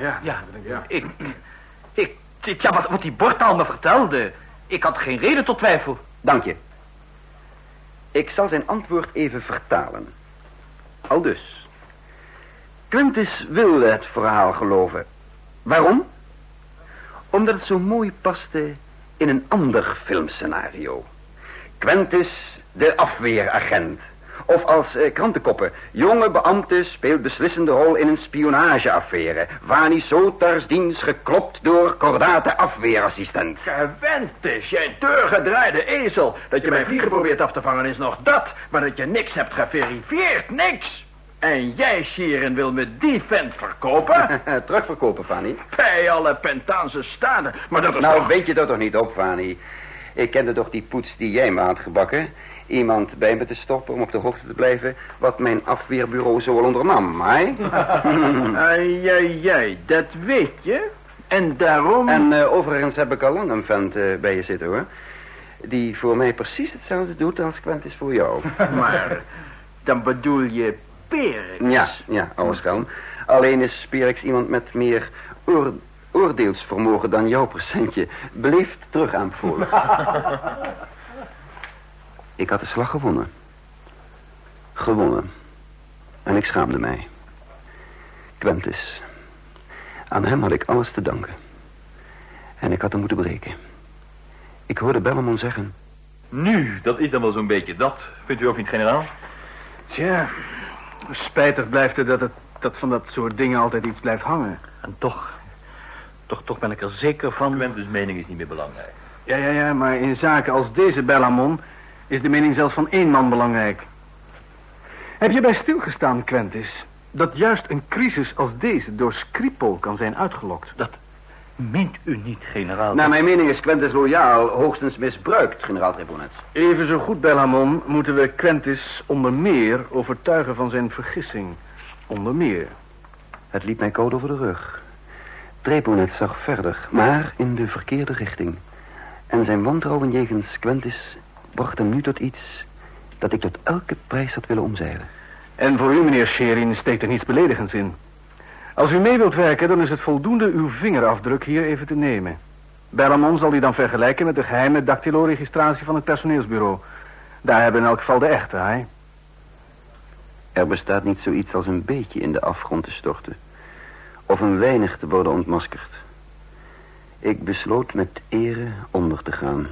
Wat die Bortal me vertelde, ik had geen reden tot twijfel. Dank je. Ik zal zijn antwoord even vertalen. Aldus. Quentis wilde het verhaal geloven. Waarom? Omdat het zo mooi paste in een ander filmscenario. Quentis, de afweeragent. Of als krantenkoppen. Jonge beambte speelt beslissende rol in een spionageaffaire. Vani Sotars dienst geklopt door kordate afweerassistent. Quentis, jij doorgedraaide ezel. Dat je mijn vliegen probeert af te vangen is nog dat. Maar dat je niks hebt geverifieerd, niks. En jij, Sharon, wil me die vent verkopen? Terugverkopen, Vani. Bij alle Pentaanse staten. Maar dat is nou, weet je dat toch niet op, Vani? Ik kende toch die poets die jij me had gebakken. Iemand bij me te stoppen om op de hoogte te blijven wat mijn afweerbureau zo al ondernam, hè? Jij, dat weet je. En daarom... En overigens heb ik al lang een vent bij je zitten, hoor. Die voor mij precies hetzelfde doet als Quentis voor jou. Maar dan bedoel je Perix? Ja, oude schelm. Alleen is Perix iemand met meer oordeelsvermogen dan jouw presentje. Beleefd terug aanbevolen. Ik had de slag gewonnen. En ik schaamde mij. Quentis. Aan hem had ik alles te danken. En ik had hem moeten breken. Ik hoorde Bellamont zeggen... Nu, dat is dan wel zo'n beetje dat. Vindt u ook niet, generaal? Tja, spijtig blijft het dat van dat soort dingen altijd iets blijft hangen. En toch ben ik er zeker van... Quentis' mening is niet meer belangrijk. Ja, maar in zaken als deze Bellamont... is de mening zelfs van één man belangrijk. Heb je bij stilgestaan, Quentis... dat juist een crisis als deze door Skripal kan zijn uitgelokt? Dat meent u niet, generaal? Naar mijn mening is Quentis loyaal hoogstens misbruikt, generaal Treponet. Even zo goed, Bellamont, moeten we Quentis onder meer overtuigen van zijn vergissing. Onder meer. Het liep mij koud over de rug. Treponet zag verder, maar in de verkeerde richting. En zijn wantrouwen jegens Quentis bracht hem nu tot iets dat ik tot elke prijs had willen omzeilen. En voor u, meneer Sherin, steekt er niets beledigends in. Als u mee wilt werken, dan is het voldoende uw vingerafdruk hier even te nemen. Bellamont zal die dan vergelijken met de geheime dactylo-registratie van het personeelsbureau. Daar hebben in elk geval de echte, hè? Er bestaat niet zoiets als een beetje in de afgrond te storten. Of een weinig te worden ontmaskerd. Ik besloot met ere onder te gaan.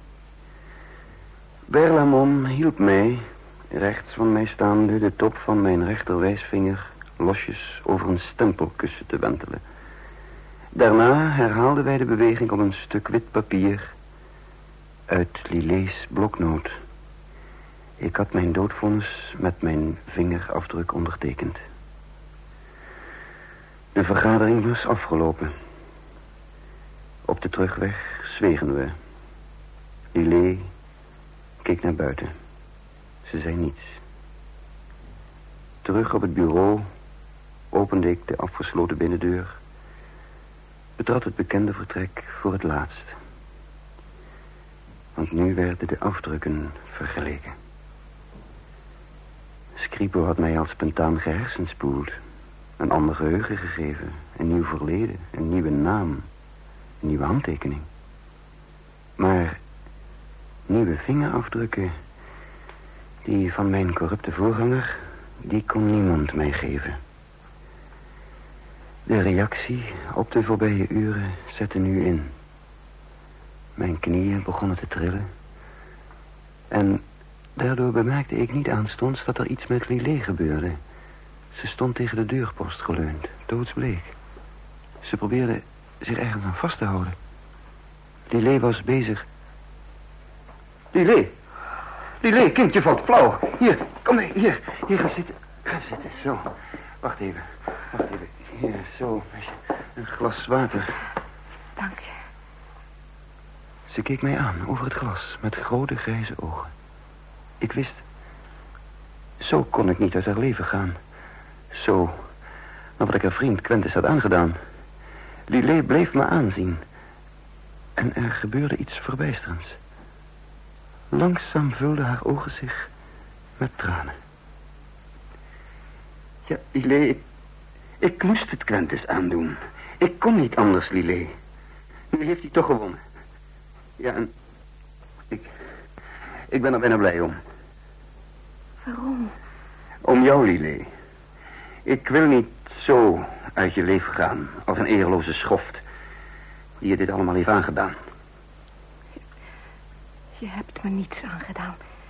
Berlamont hielp mij, rechts van mij staande, de top van mijn rechterwijsvinger losjes over een stempelkussen te wentelen. Daarna herhaalden wij de beweging op een stuk wit papier uit Lillet's bloknoot. Ik had mijn doodvonnis met mijn vingerafdruk ondertekend. De vergadering was afgelopen. Op de terugweg zwegen we. Lillet keek naar buiten. Ze zei niets. Terug op het bureau opende ik de afgesloten binnendeur. Betrad het bekende vertrek voor het laatst. Want nu werden de afdrukken vergeleken. Scripo had mij als spontaan gehersenspoeld. Een ander geheugen gegeven. Een nieuw verleden. Een nieuwe naam. Een nieuwe handtekening. Maar nieuwe vingerafdrukken, die van mijn corrupte voorganger, die kon niemand mij geven. De reactie op de voorbije uren zette nu in. Mijn knieën begonnen te trillen. En daardoor bemerkte ik niet aanstonds dat er iets met Lillet gebeurde. Ze stond tegen de deurpost geleund, doodsbleek. Ze probeerde zich ergens aan vast te houden. Lillet was bezig. Lillet! Lillet, kind, je valt flauw. Hier, kom mee, hier. Hier, ga zitten. Ga zitten, zo. Wacht even. Hier, zo. Een glas water. Dank je. Ze keek mij aan over het glas met grote grijze ogen. Ik wist, zo kon ik niet uit haar leven gaan. Zo, naar wat ik haar vriend Quentis had aangedaan. Lillet bleef me aanzien. En er gebeurde iets verbijsterends. Langzaam vulden haar ogen zich met tranen. Ja, Lillet, ik moest het Quentis aandoen. Ik kon niet anders, Lillet. Nu heeft hij toch gewonnen. Ja, en ik ben er bijna blij om. Waarom? Om jou, Lillet. Ik wil niet zo uit je leven gaan als een eerloze schoft die je dit allemaal heeft aangedaan. Je hebt me niets aangedaan.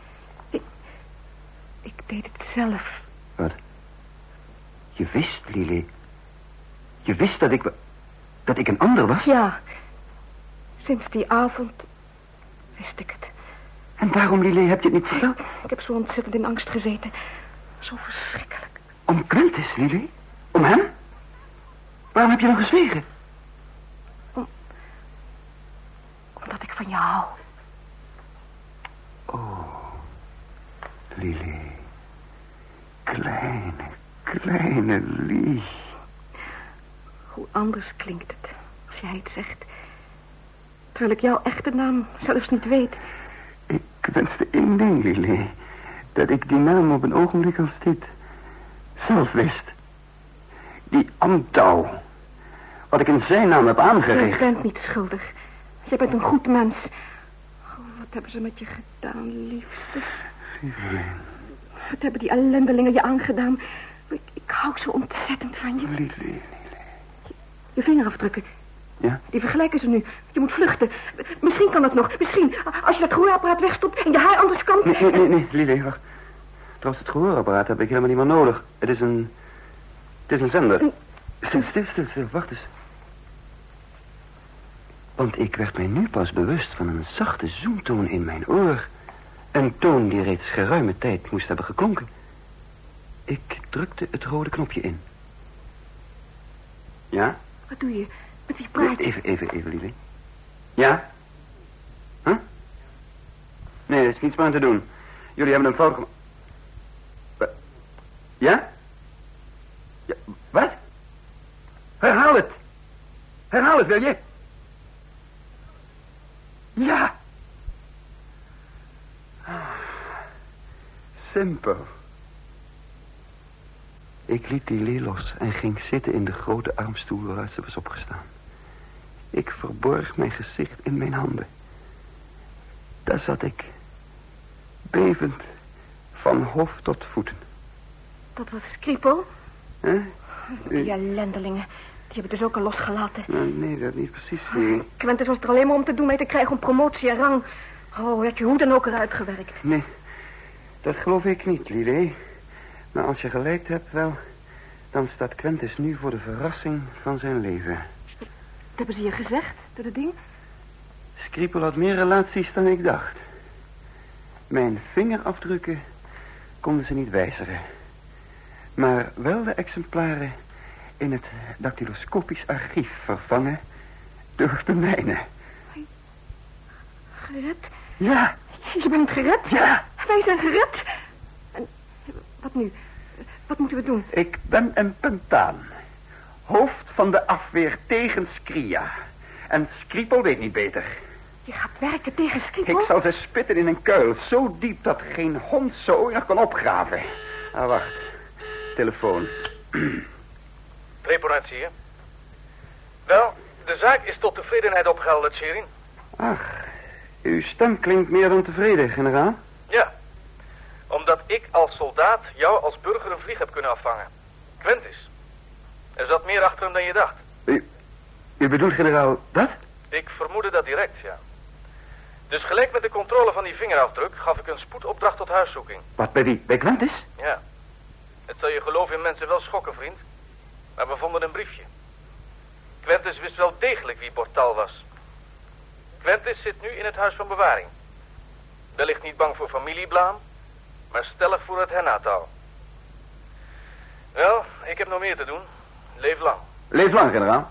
Ik deed het zelf. Wat? Je wist, Lillet. Je wist dat ik een ander was? Ja. Sinds die avond wist ik het. En waarom, Lillet, heb je het niet verteld? Ik heb zo ontzettend in angst gezeten. Zo verschrikkelijk. Om Quentis, Lillet? Om hem? Waarom heb je dan gezwegen? Omdat ik van je hou. Oh, Lillet. Kleine lief. Hoe anders klinkt het als jij het zegt. Terwijl ik jouw echte naam zelfs niet weet. Ik wenste één ding, Lillet. Dat ik die naam op een ogenblik als dit zelf wist. Die Antau. Wat ik in zijn naam heb aangericht. Je bent niet schuldig. Je bent een goed mens. Oh, wat hebben ze met je gedaan, liefste? Lieveling. Wat hebben die ellendelingen je aangedaan? Ik hou zo ontzettend van je. Lillet. Je vingerafdrukken. Ja? Die vergelijken ze nu. Je moet vluchten. Misschien kan dat nog. Misschien. Als je dat gehoorapparaat wegstopt en je haar anders kan... Nee, Lillet, wacht. Trouwens, het gehoorapparaat heb ik helemaal niet meer nodig. Het is een zender. Stil, wacht eens. Want ik werd mij nu pas bewust van een zachte zoemtoon in mijn oor. Een toon die reeds geruime tijd moest hebben geklonken. Ik drukte het rode knopje in. Ja? Wat doe je? Met wie praat je? Even, Lillet. Ja? Huh? Nee, er is niets meer aan te doen. Jullie hebben een fout gemaakt. Ja? Herhaal het. Herhaal het, wil je? Ja. Simpel. Ik liet die lee los en ging zitten in de grote armstoel waaruit ze was opgestaan. Ik verborg mijn gezicht in mijn handen. Daar zat ik, bevend, van hoofd tot voeten. Dat was Skripal? Hè? Die ellendelingen, die hebben dus ook al losgelaten. Nee, dat niet precies. Quentus was er alleen maar om te doen mee te krijgen om promotie en rang. Oh, had je hoe dan ook eruit gewerkt. Nee, dat geloof ik niet, Lily. Maar als je gelijk hebt, wel, dan staat Quentus nu voor de verrassing van zijn leven. Wat hebben ze je gezegd, door de ding? Skripal had meer relaties dan ik dacht. Mijn vingerafdrukken konden ze niet wijzigen. Maar wel de exemplaren in het dactyloscopisch archief vervangen door de mijne. Gered? Ja. Je bent gered? Ja. Wij zijn gered. En wat nu? Wat moeten we doen? Ik ben een pentaan. Hoofd van de afweer tegen Skria. En Skripal weet niet beter. Je gaat werken tegen Skripal? Ik zal ze spitten in een kuil, zo diep dat geen hond zo nog kan opgraven. Ah, wacht. Telefoon. Treponet hier. Wel, de zaak is tot tevredenheid opgehelderd, Sherin. Ach, uw stem klinkt meer dan tevreden, generaal. Ja, omdat ik als soldaat jou als burger een vlieg heb kunnen afvangen. Quentus. Er zat meer achter hem dan je dacht. U bedoelt, generaal, dat? Ik vermoedde dat direct, ja. Dus gelijk met de controle van die vingerafdruk gaf ik een spoedopdracht tot huiszoeking. Wat, bij wie? Bij Quentus? Ja. Het zal je geloof in mensen wel schokken, vriend. Maar we vonden een briefje. Quentus wist wel degelijk wie Bortal was. Quentus zit nu in het huis van bewaring. Wellicht niet bang voor familieblaam, maar stellig voor het hennatouw. Wel, ik heb nog meer te doen. Leef lang. Leef lang, generaal.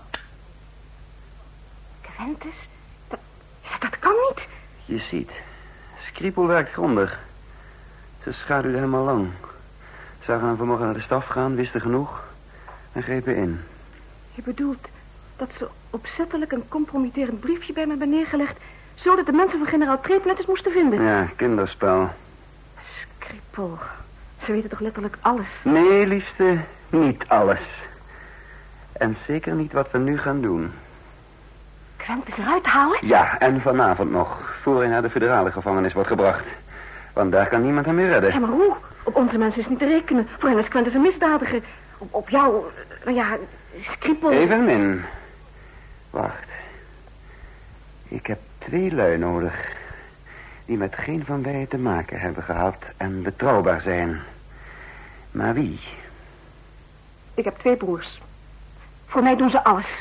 Quentus? Dat kan niet. Je ziet, Skripal werkt grondig. Ze schaduwde hem al lang. Zagen hem vanmorgen naar de staf gaan, wisten genoeg en grepen in. Je bedoelt dat ze opzettelijk een compromitterend briefje bij me hebben neergelegd, zodat de mensen van generaal Treponet moesten vinden? Ja, kinderspel. Skripal, ze weten toch letterlijk alles? Nee, liefste, niet alles. En zeker niet wat we nu gaan doen. Quentus eruit halen? Ja, en vanavond nog, voor hij naar de federale gevangenis wordt gebracht. Want daar kan niemand hem meer redden. Ja, maar hoe? Op onze mensen is niet te rekenen. Voor hen is Quentus een misdadiger. Op jou, nou ja, Skripal... Evenmin. Wacht. Ik heb 2 lui nodig. Die met geen van beiden te maken hebben gehad en betrouwbaar zijn. Maar wie? Ik heb 2 broers. Voor mij doen ze alles.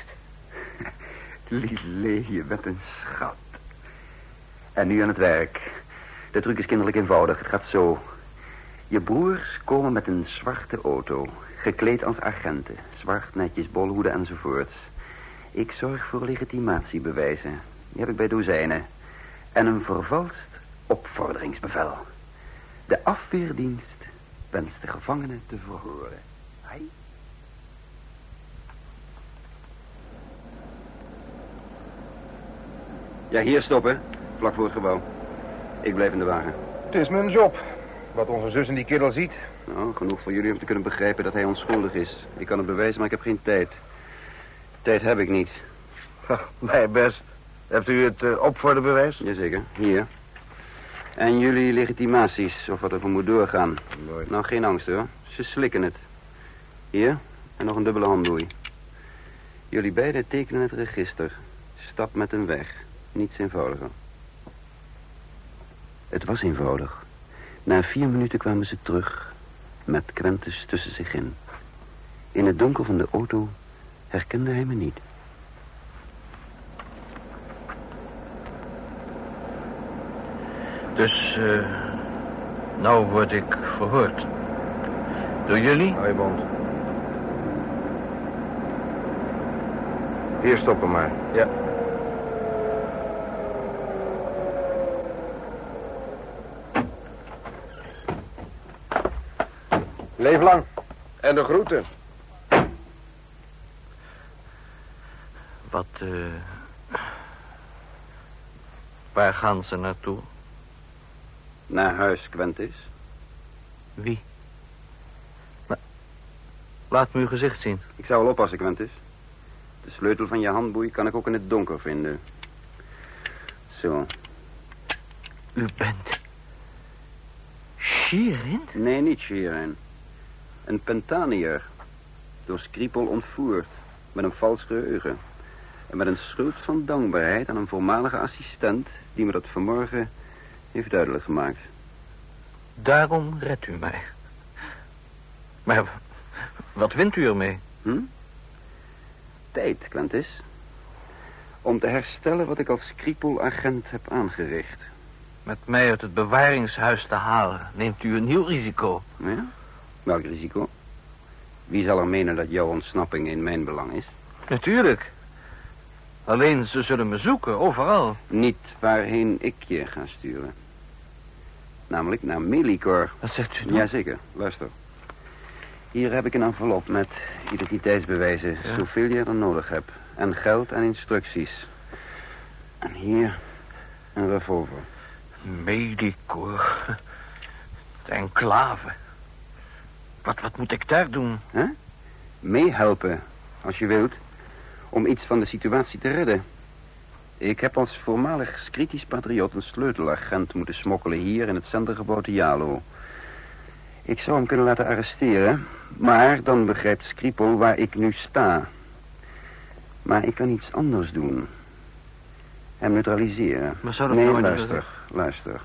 Lille, je bent een schat. En nu aan het werk. De truc is kinderlijk eenvoudig. Het gaat zo. Je broers komen met een zwarte auto. Gekleed als agenten. Zwart, netjes, bolhoeden enzovoorts. Ik zorg voor legitimatiebewijzen. Die heb ik bij dozijnen. En een vervalst opvorderingsbevel. De afweerdienst wenst de gevangenen te verhoren. Hai. Ja, hier stoppen. Vlak voor het gebouw. Ik blijf in de wagen. Het is mijn job. Wat onze zus in die kerel ziet. Nou, genoeg voor jullie om te kunnen begrijpen dat hij onschuldig is. Ik kan het bewijzen, maar ik heb geen tijd. Tijd heb ik niet. Mij best. Hebt u het opvorderbewijs? Jazeker, hier. En jullie legitimaties, of wat er voor moet doorgaan. Mooi. Nou, geen angst hoor. Ze slikken het. Hier, en nog een dubbele handboei. Jullie beiden tekenen het register. Stap met hem weg. Niets eenvoudiger. Het was eenvoudig. Na 4 minuten kwamen ze terug, met Quentus tussen zich in. In het donker van de auto herkende hij me niet. Dus, nou word ik verhoord. Door jullie? Hou je mond. Hier stoppen maar. Ja. Leef lang. En de groeten. Waar gaan ze naartoe? Naar huis, Quentis. Wie? Laat me uw gezicht zien. Ik zou wel oppassen, Quentis. De sleutel van je handboei kan ik ook in het donker vinden. Zo. U bent... Shirin? Nee, niet Shirin. Een Pentaniër. Door Skripal ontvoerd. Met een vals geheugen. En met een schuld van dankbaarheid aan een voormalige assistent... die me dat vanmorgen heeft duidelijk gemaakt. Daarom redt u mij. Maar wat wint u ermee? Tijd, Quentis. Om te herstellen wat ik als Skripal-agent heb aangericht. Met mij uit het bewaringshuis te halen neemt u een nieuw risico. Ja? Welk risico? Wie zal er menen dat jouw ontsnapping in mijn belang is? Natuurlijk. Alleen ze zullen me zoeken, overal. Niet waarheen ik je ga sturen. Namelijk naar Melikor. Wat zegt u dan? Jazeker, luister. Hier heb ik een envelop met identiteitsbewijzen, ja? Zoveel je er nodig hebt. En geld en instructies. En hier een revolver. Melikor. De enclave. Wat moet ik daar doen? Huh? Meehelpen, als je wilt. Om iets van de situatie te redden. Ik heb als voormalig Skritisch patriot een sleutelagent moeten smokkelen hier in het zendergebouw te Jalo. Ik zou hem kunnen laten arresteren, maar dan begrijpt Skripal waar ik nu sta. Maar ik kan iets anders doen. Hem neutraliseren. Maar zou dat nee, nou luister.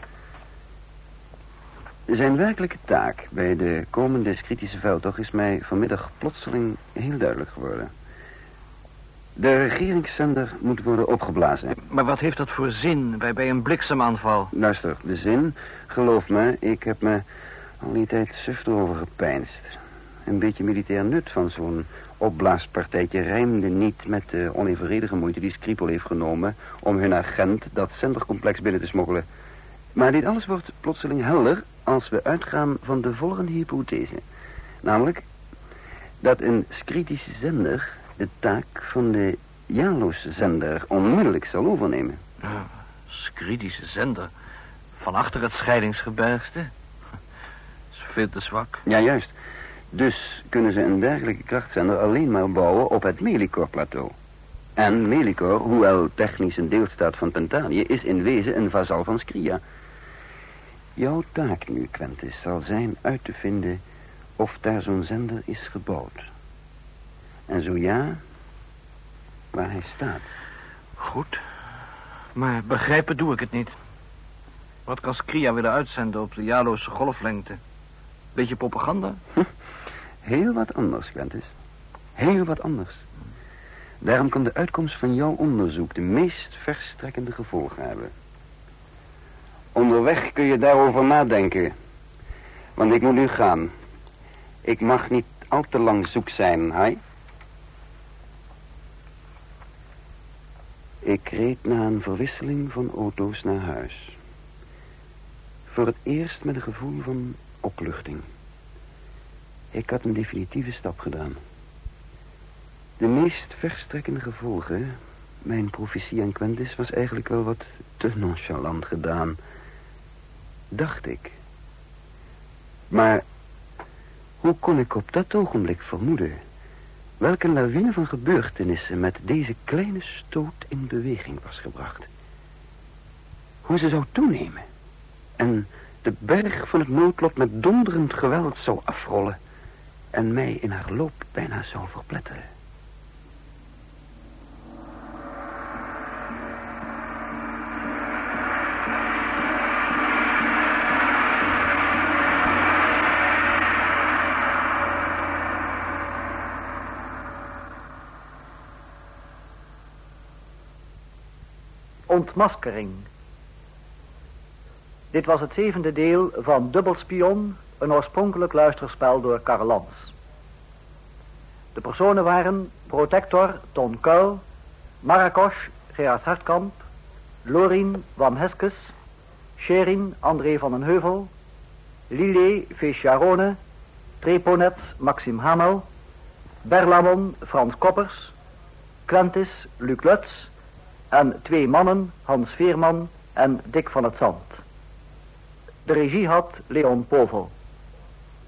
Zijn werkelijke taak bij de komende Skritische veldtocht is mij vanmiddag plotseling heel duidelijk geworden. De regeringszender moet worden opgeblazen. Maar wat heeft dat voor zin bij een bliksemaanval? Luister, de zin, geloof me, ik heb me al die tijd suf erover gepeinsd. Een beetje militair nut van zo'n opblaaspartijtje rijmde niet met de onevenredige moeite die Skripal heeft genomen om hun agent dat zendercomplex binnen te smokkelen. Maar dit alles wordt plotseling helder als we uitgaan van de volgende hypothese. Namelijk dat een Skritische zender de taak van de Jalo's zender onmiddellijk zal overnemen. Skritische zender? Van achter het scheidingsgebergte? Dat is veel te zwak. Ja, juist. Dus kunnen ze een dergelijke krachtzender alleen maar bouwen op het Melikor-plateau. En Melikor, hoewel technisch een deelstaat van Pentanië, is in wezen een vazal van Skria. Jouw taak nu, Quentis, zal zijn uit te vinden of daar zo'n zender is gebouwd. En zo ja, waar hij staat. Goed, maar begrijpen doe ik het niet. Wat kan Skria willen uitzenden op de Jalo'se golflengte? Beetje propaganda? Heel wat anders, Quentis. Heel wat anders. Daarom kan de uitkomst van jouw onderzoek de meest verstrekkende gevolgen hebben. Onderweg kun je daarover nadenken. Want ik moet nu gaan. Ik mag niet al te lang zoek zijn, hai? Ik reed na een verwisseling van auto's naar huis. Voor het eerst met een gevoel van opluchting. Ik had een definitieve stap gedaan. De meest verstrekkende gevolgen, mijn profetie aan Quentis, was eigenlijk wel wat te nonchalant gedaan. Dacht ik. Maar hoe kon ik op dat ogenblik vermoeden welke lawine van gebeurtenissen met deze kleine stoot in beweging was gebracht? Hoe ze zou toenemen en de berg van het noodlot met donderend geweld zou afrollen en mij in haar loop bijna zou verpletteren. Ontmaskering. Dit was het 7e deel van Dubbelspion, een oorspronkelijk luisterspel door Karl Lans. De personen waren Protector Ton Kuil, Marrakosh Gerard Hartkamp, Lorien Wam Heskes, Sherin André van den Heuvel, Lillet Feesjarone, Treponet Maxim Hamel, Berlamon Frans Koppers, Quentis, Luc Lutz en 2 mannen, Hans Veerman en Dick van het Zand. De regie had Leon Povel.